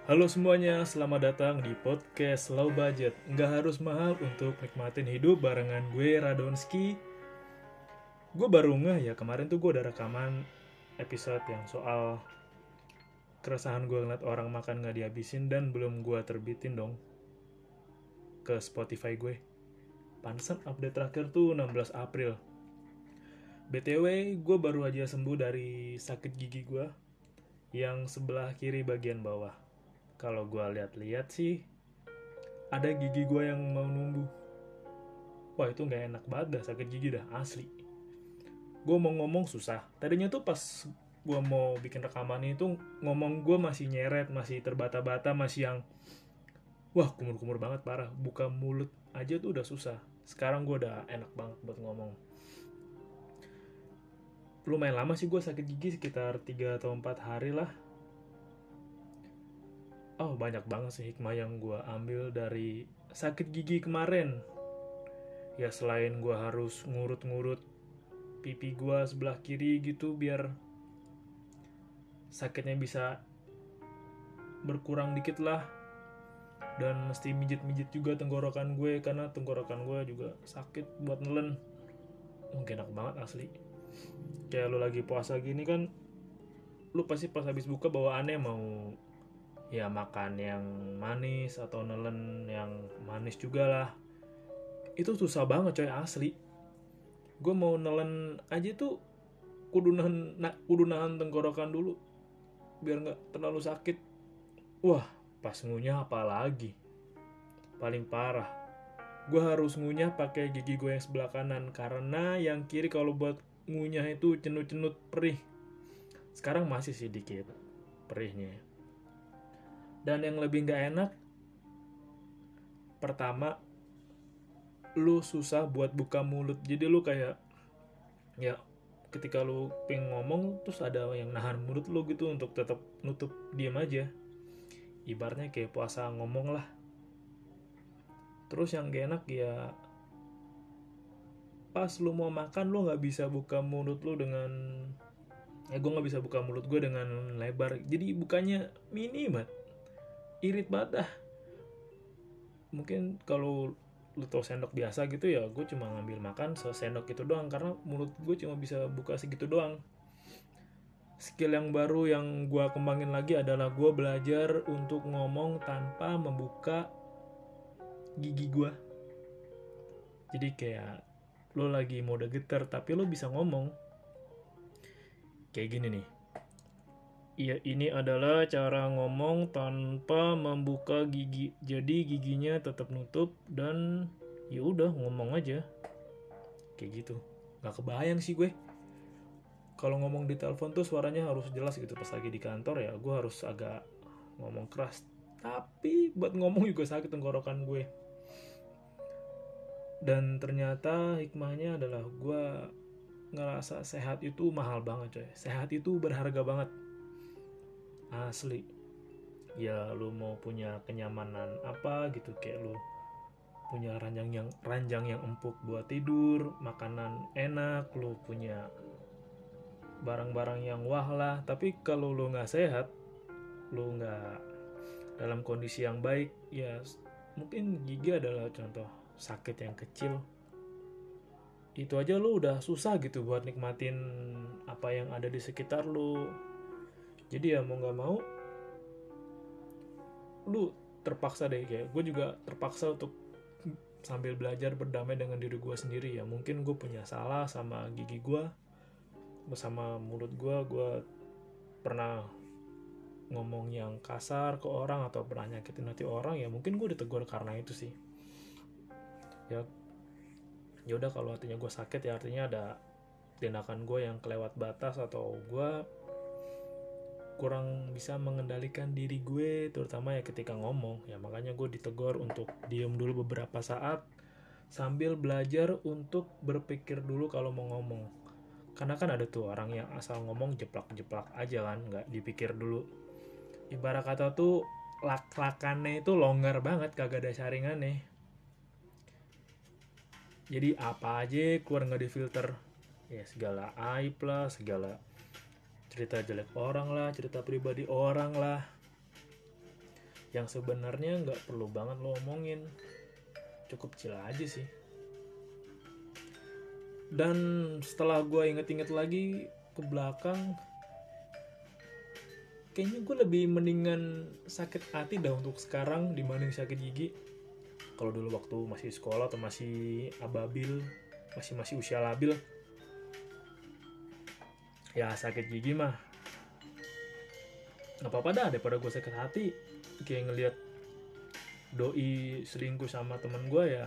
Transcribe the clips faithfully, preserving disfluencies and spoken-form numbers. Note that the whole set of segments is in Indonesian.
Halo semuanya, selamat datang di podcast Low Budget. Nggak harus mahal untuk nikmatin hidup barengan gue, Radonski. Gue baru ngeh ya, kemarin tuh gue udah rekaman episode yang soal keresahan gue ngeliat orang makan nggak dihabisin dan belum gue terbitin dong ke Spotify gue. Pantesan update terakhir tuh enam belas April. B T W, gue baru aja sembuh dari sakit gigi gue yang sebelah kiri bagian bawah. Kalau gue lihat-lihat sih, ada gigi gue yang mau numbuh. Wah, itu nggak enak banget dah, sakit gigi dah, asli. Gue mau ngomong susah. Tadinya tuh pas gue mau bikin rekaman itu, ngomong gue masih nyeret, masih terbata-bata, masih yang wah, kumur-kumur banget, parah. Buka mulut aja tuh udah susah. Sekarang gue udah enak banget buat ngomong. Lumayan lama sih gue sakit gigi, sekitar tiga atau empat hari lah. Oh, banyak banget sih hikmah yang gue ambil dari sakit gigi kemarin. Ya selain gue harus ngurut-ngurut pipi gue sebelah kiri gitu biar sakitnya bisa berkurang dikit lah, dan mesti mijit-mijit juga tenggorokan gue karena tenggorokan gue juga sakit buat nelen. Mungkin enak banget asli. Kayak lu lagi puasa gini kan, lu pasti pas habis buka bawaannya mau ya makan yang manis atau nelen yang manis juga lah. Itu susah banget coy, asli. Gue mau nelen aja tuh kudu nahan, kudu nahan tenggorokan dulu biar nggak terlalu sakit. Wah, pas ngunyah apalagi paling parah. Gue harus ngunyah pakai gigi gue yang sebelah kanan karena yang kiri kalau buat ngunyah itu cenut-cenut perih. Sekarang masih sih dikit perihnya. Dan yang lebih nggak enak, pertama lu susah buat buka mulut. Jadi lu kayak ya ketika lu pengen ngomong terus ada yang nahan mulut lu gitu untuk tetap nutup diam aja. Ibaratnya kayak puasa ngomong lah. Terus yang gak enak ya pas lu mau makan lu nggak bisa buka mulut lu dengan ya gue nggak bisa buka mulut gue dengan lebar, jadi bukanya mini banget, irit banget dah. Mungkin kalau lu tau sendok biasa gitu ya gue cuma ngambil makan sesendok itu doang karena mulut gue cuma bisa buka segitu doang. Skill yang baru yang gue kembangin lagi adalah gue belajar untuk ngomong tanpa membuka gigi gue. Jadi kayak lo lagi mode getar tapi lo bisa ngomong kayak gini nih. Iya, ini adalah cara ngomong tanpa membuka gigi. Jadi giginya tetap nutup dan ya udah ngomong aja. Kayak gitu. Gak kebayang sih gue. Kalau ngomong di telepon tuh suaranya harus jelas gitu. Pas lagi di kantor ya gue harus agak ngomong keras. Tapi buat ngomong juga sakit tenggorokan gue. Dan ternyata hikmahnya adalah gue ngerasa sehat itu mahal banget coy. Sehat itu berharga banget. Asli. Ya lu mau punya kenyamanan apa gitu, kayak lu punya ranjang yang ranjang yang empuk buat tidur, makanan enak, lu punya barang-barang yang wah lah. Tapi kalau lu nggak sehat, lu nggak dalam kondisi yang baik, ya mungkin gigi adalah contoh sakit yang kecil. Itu aja lu udah susah gitu buat nikmatin apa yang ada di sekitar lu. Jadi ya mau nggak mau lu terpaksa deh, kayak gue juga terpaksa untuk sambil belajar berdamai dengan diri gue sendiri. Ya mungkin gue punya salah sama gigi gue, sama mulut gue. Gue pernah ngomong yang kasar ke orang atau pernah nyakitin hati orang, ya mungkin gue ditegur karena itu sih. Ya ya udah, kalau hatinya gue sakit ya artinya ada tindakan gue yang kelewat batas atau gue kurang bisa mengendalikan diri gue, terutama ya ketika ngomong. Ya makanya gue ditegur untuk diem dulu beberapa saat sambil belajar untuk berpikir dulu kalau mau ngomong. Karena kan ada tuh orang yang asal ngomong jeplak-jeplak aja kan, nggak dipikir dulu. Ibarat kata tuh lak-lakannya itu longgar banget, kagak ada saringannya. Jadi apa aja keluar nggak difilter. Ya segala aib lah, segala cerita jelek orang lah, cerita pribadi orang lah. yang sebenarnya nggak perlu banget lo omongin, cukup chill aja sih. Dan setelah gue inget-inget lagi ke belakang, kayaknya gue lebih mendingan sakit hati dah untuk sekarang dibanding sakit gigi. Kalau dulu waktu masih sekolah atau masih ababil, masih masih usia labil, ya sakit gigi mah nggak apa-apa dah daripada gue sakit hati. Kayak ngelihat doi selingkuh sama temen gue, ya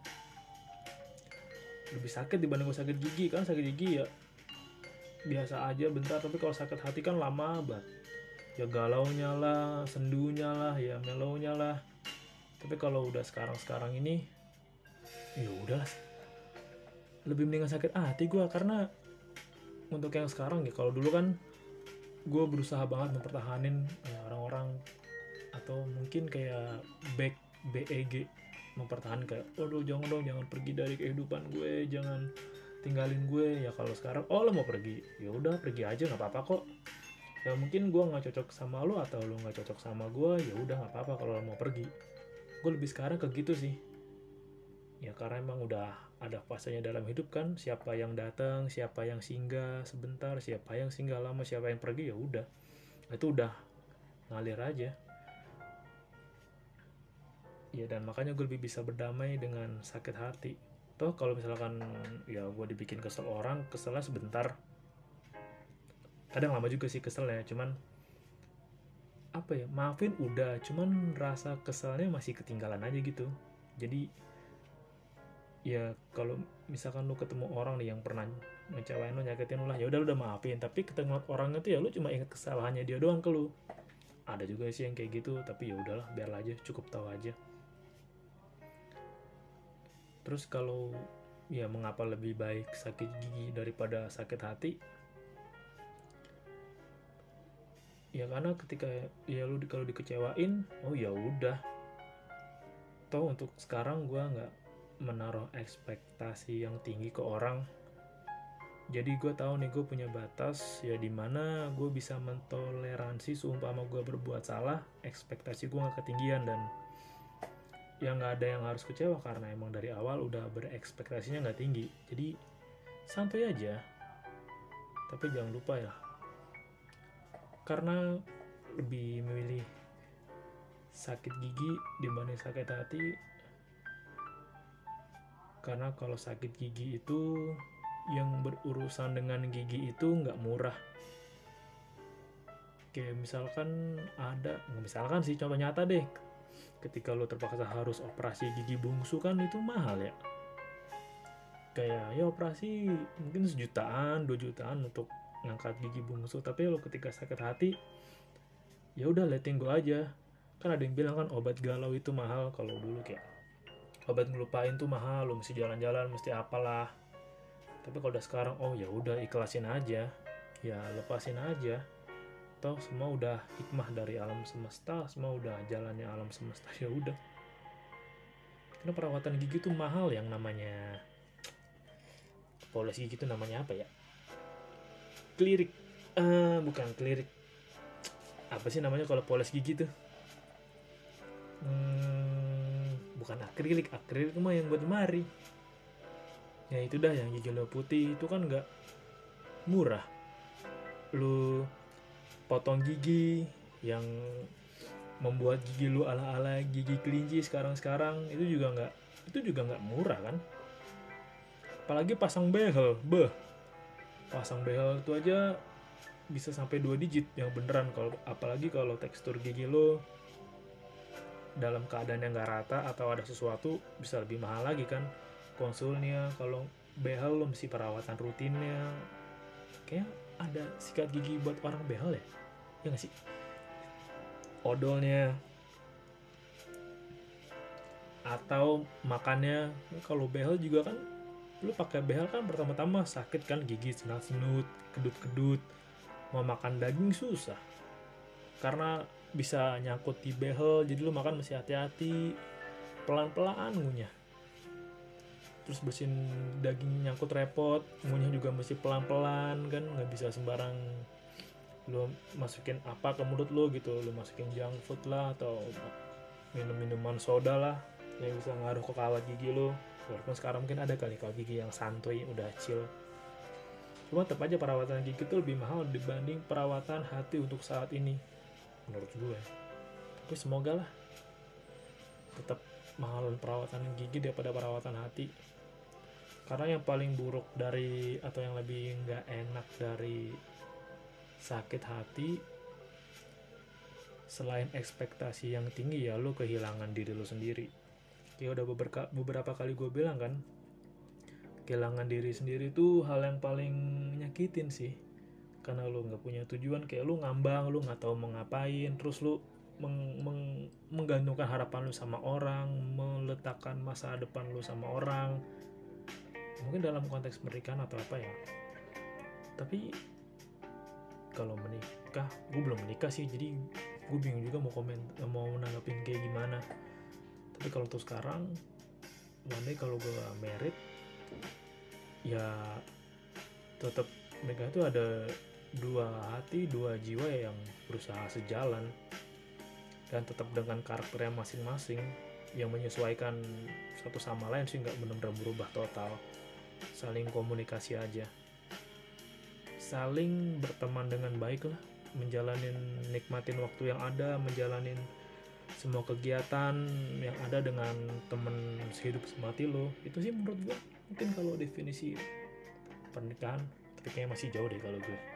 lebih sakit dibanding gue sakit gigi. Kan sakit gigi ya biasa aja bentar, tapi kalau sakit hati kan lama banget. Ya galaunya lah, sendunya lah, ya melownya lah. Tapi kalau udah sekarang-sekarang ini, ya udahlah, lebih mendingan sakit hati gue. Karena untuk yang sekarang ya, kalau dulu kan gue berusaha banget mempertahanin ya, orang-orang atau mungkin kayak back B E G, mempertahankan kayak, aduh jangan dong, jangan pergi dari kehidupan gue, jangan tinggalin gue. Ya kalau sekarang, oh lo mau pergi, ya udah pergi aja, nggak apa-apa kok. Ya mungkin gue nggak cocok sama lo atau lo nggak cocok sama gue, ya udah nggak apa-apa kalau lo mau pergi. Gue lebih sekarang ke gitu sih. Ya karena emang udah ada fasenya dalam hidup kan, siapa yang datang, siapa yang singgah sebentar, siapa yang singgah lama, siapa yang pergi, ya udah, itu udah ngalir aja. Ya dan makanya gue lebih bisa berdamai dengan sakit hati. Toh kalau misalkan ya gue dibikin kesel orang, keselnya sebentar, kadang lama juga sih keselnya, cuman apa ya, maafin udah, cuman rasa keselnya masih ketinggalan aja gitu. Jadi ya kalau misalkan lu ketemu orang nih yang pernah ngecewain lu, nyakitin lu lah, ya udah lu udah maafin, tapi ketemu orangnya tuh ya lu cuma inget kesalahannya dia doang ke lu. Ada juga sih yang kayak gitu, tapi ya udahlah, biarlah aja, cukup tahu aja. Terus kalau ya mengapa lebih baik sakit gigi daripada sakit hati? Ya karena ketika ya lu kalau dikecewain, oh ya udah. Toh untuk sekarang gue nggak menaruh ekspektasi yang tinggi ke orang. Jadi gue tahu nih gue punya batas ya, dimana gue bisa mentoleransi seumpama gue berbuat salah, ekspektasi gue nggak ketinggian, dan ya nggak ada yang harus kecewa karena emang dari awal udah berekspektasinya nggak tinggi. Jadi santai aja, tapi jangan lupa ya, karena lebih memilih sakit gigi dibanding sakit hati. Karena kalau sakit gigi itu, yang berurusan dengan gigi itu nggak murah. Kayak misalkan ada, misalkan sih contoh nyata deh, ketika lo terpaksa harus operasi gigi bungsu kan itu mahal ya. Kayak ya operasi mungkin sejutaan, dua jutaan untuk ngangkat gigi bungsu. Tapi lo ketika sakit hati, ya udah letting go aja. Kan ada yang bilang kan obat galau itu mahal. Kalau dulu kayak obat ngelupain tuh mahal, lo mesti jalan-jalan, mesti apalah. Tapi kalau udah sekarang, oh ya udah ikhlasin aja, ya lepasin aja. Toh semua udah hikmah dari alam semesta, semua udah jalannya alam semesta, ya udah. Karena perawatan gigi tuh mahal, yang namanya poles gigi tuh namanya apa ya? Klirik, uh, bukan klirik. Apa sih namanya kalau poles gigi tuh? Hmm, bukan akrilik, akrilik mah yang buat lemari. Ya itu dah, yang gigi lo putih itu kan nggak murah. Lu potong gigi yang membuat gigi lu ala-ala gigi kelinci sekarang-sekarang itu juga nggak itu juga nggak murah kan. Apalagi pasang behel, beh, pasang behel itu aja bisa sampai dua digit yang beneran. Kalau apalagi kalau tekstur gigi lo dalam keadaan yang nggak rata atau ada sesuatu, bisa lebih mahal lagi kan konsulnya. Kalau behel lo mesti perawatan rutinnya. Kayak ada sikat gigi buat orang behel ya, ya nggak sih? Odolnya atau makannya. Kalau behel juga kan, lu pakai behel kan pertama-tama sakit kan, gigi senal-senut, kedut-kedut, mau makan daging susah karena bisa nyangkut di behel. Jadi lu makan mesti hati-hati, pelan-pelan ngunyah. Terus bersihin daging nyangkut repot, ngunyah juga mesti pelan-pelan kan, nggak bisa sembarang lu masukin apa ke mulut lu gitu, lu masukin junk food lah atau minum-minuman soda lah yang bisa ngaruh ke kawat gigi lu. Walaupun sekarang mungkin ada kali kawat gigi yang santuy, udah chill. Cuma tetap aja perawatan gigi itu lebih mahal dibanding perawatan hati untuk saat ini menurut gue. Tapi semoga lah tetap mahalan perawatan gigi daripada perawatan hati. Karena yang paling buruk dari atau yang lebih nggak enak dari sakit hati, selain ekspektasi yang tinggi ya, lu kehilangan diri lu sendiri. Kayak udah beberapa, beberapa kali gue bilang kan, kehilangan diri sendiri itu hal yang paling nyakitin sih. Karena lu nggak punya tujuan, kayak lu ngambang, lu nggak tahu mau ngapain, terus lu meng, meng, menggantungkan harapan lu sama orang, meletakkan masa depan lu sama orang. Mungkin dalam konteks pernikahan atau apa ya. Tapi kalau menikah, gue belum menikah sih, jadi gue bingung juga mau komen, mau nanggapin kayak gimana. Tapi kalau tuh sekarang, nanti kalau gue married, ya tetap menikah itu ada dua hati, dua jiwa yang berusaha sejalan dan tetap dengan karakternya masing-masing yang menyesuaikan satu sama lain sih, nggak benar-benar berubah total. Saling komunikasi aja, saling berteman dengan baik lah, menjalanin, nikmatin waktu yang ada, menjalanin semua kegiatan yang ada dengan temen sehidup semati lo. Itu sih menurut gue mungkin kalau definisi pernikahan, tapi kayaknya masih jauh deh kalau gue.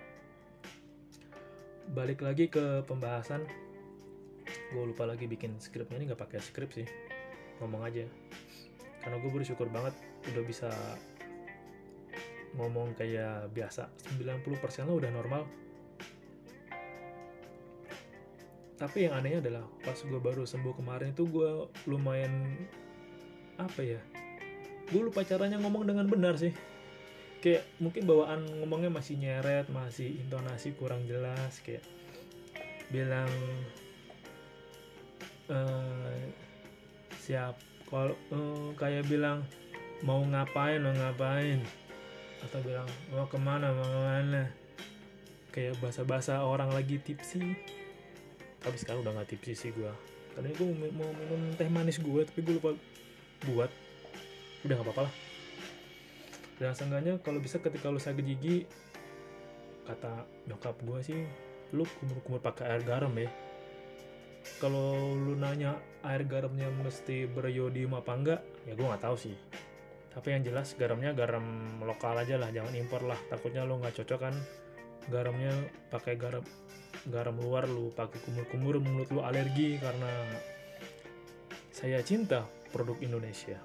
Balik lagi ke pembahasan, gue lupa lagi bikin skripnya, ini nggak pakai skrip sih, ngomong aja. Karena gue bersyukur banget udah bisa ngomong kayak biasa, sembilan puluh persen lah udah normal. Tapi yang anehnya adalah pas gue baru sembuh kemarin itu gue lumayan apa ya, gue lupa caranya ngomong dengan benar sih. Kayak mungkin bawaan ngomongnya masih nyeret, masih intonasi kurang jelas, kayak bilang uh, siap kalau uh, kayak bilang mau ngapain mau ngapain atau bilang mau kemana mau kemana, kayak bahasa-bahasa orang lagi tipsi. Tapi sekarang udah gak tipsi sih gue, karena gue mau minum teh manis gue tapi gue lupa buat. Udah gak apa-apa lah. Dan seenggaknya kalau bisa ketika lu sakit gigi, kata nyokap gue sih, lu kumur-kumur pakai air garam ya. Kalau lu nanya air garamnya mesti beriodium apa enggak, ya gue nggak tahu sih. Tapi yang jelas garamnya garam lokal aja lah, jangan impor lah. Takutnya lu nggak cocok kan, garamnya pakai garam garam luar, lu pakai kumur-kumur, mulut lu alergi. Karena saya cinta produk Indonesia.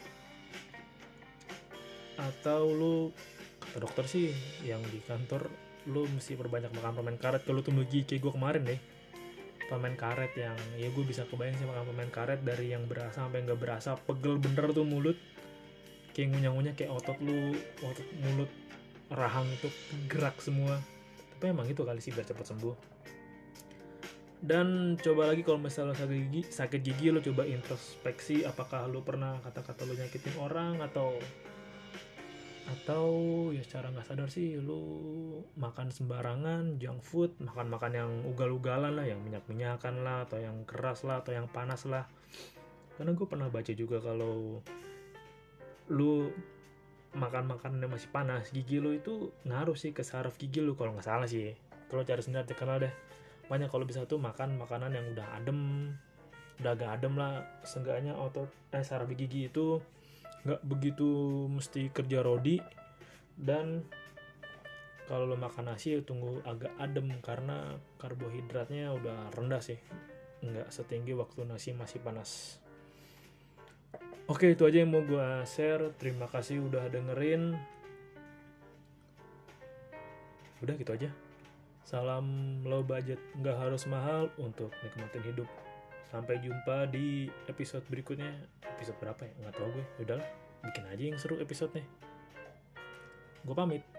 Atau lu kata dokter sih yang di kantor, lu mesti perbanyak makan permen karet kalau tumbuh gigi kayak gue kemarin deh. Permen karet yang ya gue bisa kebayang sih, makan permen karet dari yang berasa sampai nggak berasa, pegel bener tuh mulut, kayak ngunyah-ngunyah, kayak otot lu, otot mulut, rahang itu gerak semua. Tapi emang itu kali sih biar cepat sembuh. Dan coba lagi kalau misalnya sakit gigi, sakit gigi lu coba introspeksi, apakah lu pernah kata-kata lu nyakitin orang, atau atau ya secara nggak sadar sih lu makan sembarangan junk food, makan-makan yang ugal-ugalan lah, yang minyak-minyakan lah, atau yang keras lah, atau yang panas lah. Karena gue pernah baca juga kalau lu makan makanan yang masih panas, gigi lu itu ngaruh sih ke saraf gigi lu kalau nggak salah sih. Kalau cari sendiri terkenal deh. Banyak kalau bisa tuh makan makanan yang udah adem, udah agak adem lah, seenggaknya otot eh saraf gigi itu nggak begitu mesti kerja rodi. Dan kalau lo makan nasi tunggu agak adem karena karbohidratnya udah rendah sih, nggak setinggi waktu nasi masih panas. Oke, itu aja yang mau gue share. Terima kasih udah dengerin. Udah gitu aja. Salam low budget, nggak harus mahal untuk nikmatin hidup. Sampai jumpa di episode berikutnya. Episode berapa ya? Nggak tahu gue. Udahlah, bikin aja yang seru episodenya. Gue pamit.